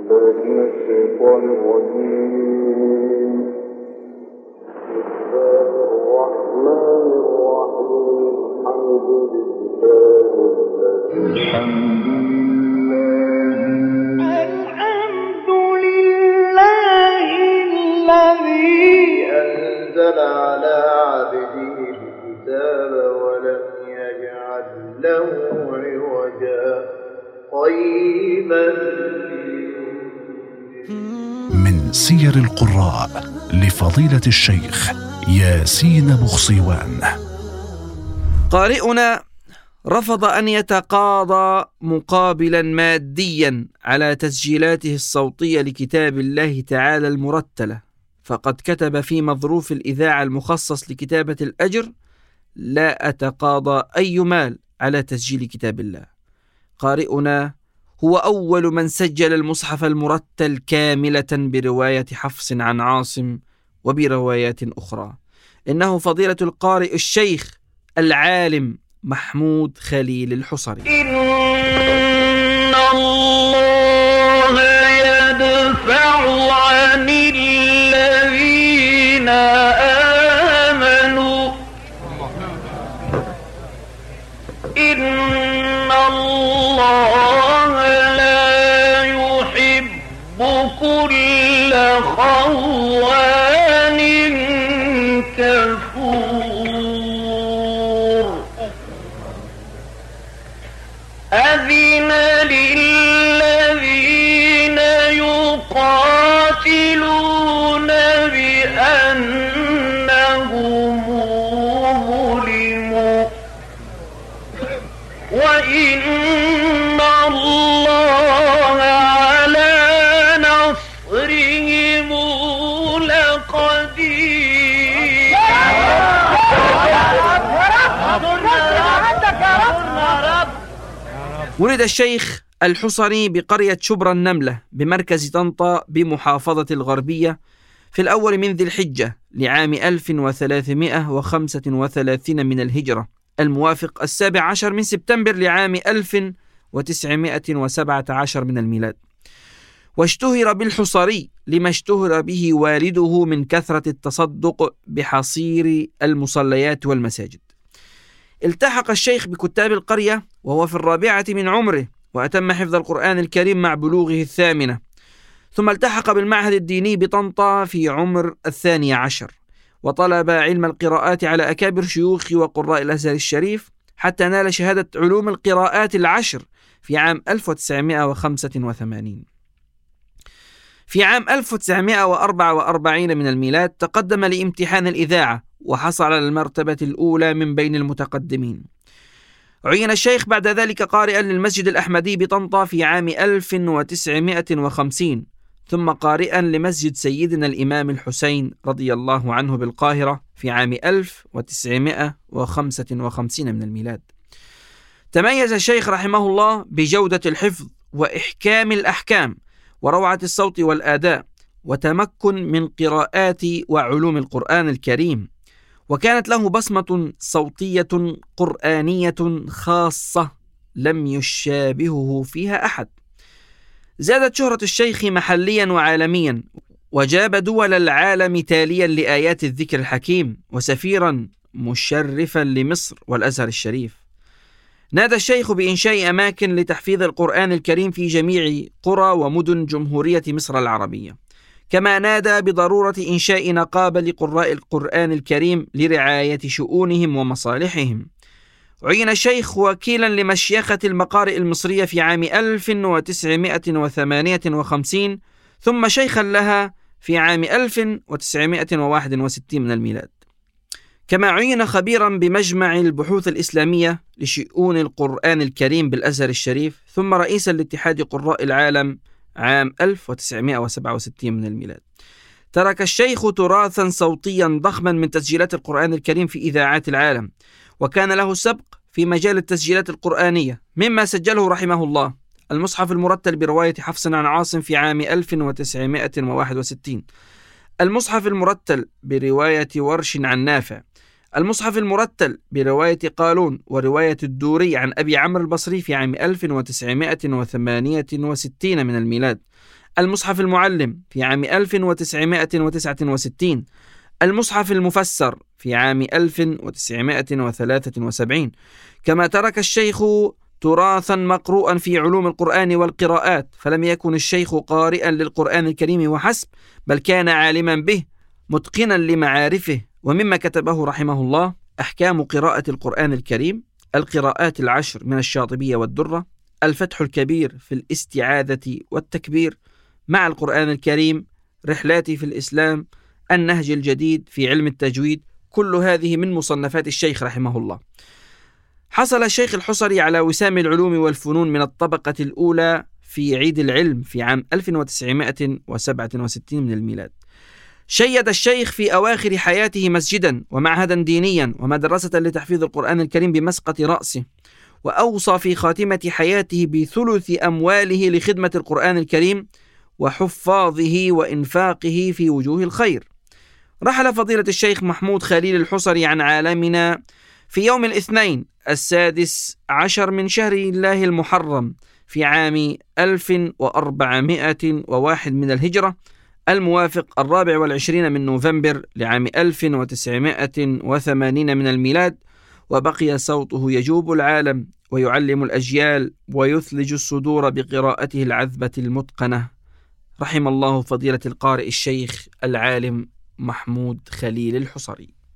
الحمد لله الذي أنزل على عبده الكتاب ولم يجعل له عوجا قيما. من سير القراء لفضيلة الشيخ ياسين بخصيوان. قارئنا رفض أن يتقاضى مقابلا ماديا على تسجيلاته الصوتية لكتاب الله تعالى المرتلة، فقد كتب في مظروف الإذاعة المخصص لكتابة الأجر: لا أتقاضى أي مال على تسجيل كتاب الله. قارئنا هو أول من سجل المصحف المرتل كاملة برواية حفص عن عاصم وبروايات أخرى. إنه فضيلة القارئ الشيخ العالم محمود خليل الحصري. إن الله يدفع عن الذين آمنوا إن الله لا يحب كل خوان كفور. أذن للذين يقاتلون بأنهم ظلموا وإن الله على نصرهم لقدير. ولد الشيخ الحصري بقرية شبرا النملة بمركز طنطا بمحافظة الغربية في الأول من ذي الحجة لعام 1335 من الهجرة، الموافق 17 من سبتمبر لعام 1917 من الميلاد. واشتهر بالحصري لما اشتهر به والده من كثرة التصدق بحصير المصليات والمساجد. التحق الشيخ بكتاب القرية وهو في 4 من عمره، وأتم حفظ القرآن الكريم مع بلوغه 8، ثم التحق بالمعهد الديني بطنطا في عمر 12، وطلب علم القراءات على أكابر شيوخ وقراء الأزهر الشريف حتى نال شهادة علوم القراءات 10 في عام 1985. في عام 1944 من الميلاد تقدم لامتحان الإذاعة وحصل على المرتبة الأولى من بين المتقدمين. عين الشيخ بعد ذلك قارئا للمسجد الأحمدي بطنطا في عام 1950، ثم قارئا لمسجد سيدنا الإمام الحسين رضي الله عنه بالقاهرة في عام 1955 من الميلاد. تميز الشيخ رحمه الله بجودة الحفظ وإحكام الأحكام وروعة الصوت والآداء وتمكن من قراءات وعلوم القرآن الكريم، وكانت له بصمة صوتية قرآنية خاصة لم يشابهه فيها أحد. زادت شهرة الشيخ محليا وعالميا، وجاب دول العالم تاليا لآيات الذكر الحكيم وسفيرا مشرفا لمصر والأزهر الشريف. نادى الشيخ بإنشاء أماكن لتحفيظ القرآن الكريم في جميع قرى ومدن جمهورية مصر العربية، كما نادى بضرورة إنشاء نقابة لقراء القرآن الكريم لرعاية شؤونهم ومصالحهم. عين الشيخ وكيلا لمشيخة المقارئ المصرية في عام 1958، ثم شيخا لها في عام 1961 من الميلاد. كما عين خبيرا بمجمع البحوث الإسلامية لشؤون القرآن الكريم بالأزهر الشريف، ثم رئيسا لاتحاد قراء العالم عام 1967 من الميلاد. ترك الشيخ تراثا صوتيا ضخما من تسجيلات القرآن الكريم في إذاعات العالم، وكان له سبق في مجال التسجيلات القرآنية، مما سجله رحمه الله المصحف المرتل برواية حفص عن عاصم في عام 1961، المصحف المرتل برواية ورش عن نافع، المصحف المرتل برواية قالون ورواية الدوري عن أبي عمرو البصري في عام 1968 من الميلاد، المصحف المعلم في عام 1969، المصحف المفسر في عام 1973. كما ترك الشيخ تراثا مقروءا في علوم القرآن والقراءات، فلم يكن الشيخ قارئا للقرآن الكريم وحسب، بل كان عالما به متقنا لمعارفه. ومما كتبه رحمه الله: أحكام قراءة القرآن الكريم، القراءات العشر من الشاطبية والدرة، الفتح الكبير في الاستعاذة والتكبير مع القرآن الكريم، رحلاتي في الإسلام، النهج الجديد في علم التجويد. كل هذه من مصنفات الشيخ رحمه الله. حصل الشيخ الحصري على وسام العلوم والفنون من الطبقة الأولى في عيد العلم في عام 1967 من الميلاد. شيد الشيخ في أواخر حياته مسجدا ومعهدا دينيا ومدرسة لتحفيظ القرآن الكريم بمسقط رأسه، وأوصى في خاتمة حياته بثلث أمواله لخدمة القرآن الكريم وحفاظه وإنفاقه في وجوه الخير. رحل فضيلة الشيخ محمود خليل الحصري عن عالمنا في يوم الاثنين 16 من شهر الله المحرم في عام 1401 من الهجرة، الموافق 24 من نوفمبر لعام 1980 من الميلاد. وبقي صوته يجوب العالم ويعلم الأجيال ويثلج الصدور بقراءته العذبة المتقنة. رحم الله فضيلة القارئ الشيخ العالم محمود خليل الحصري.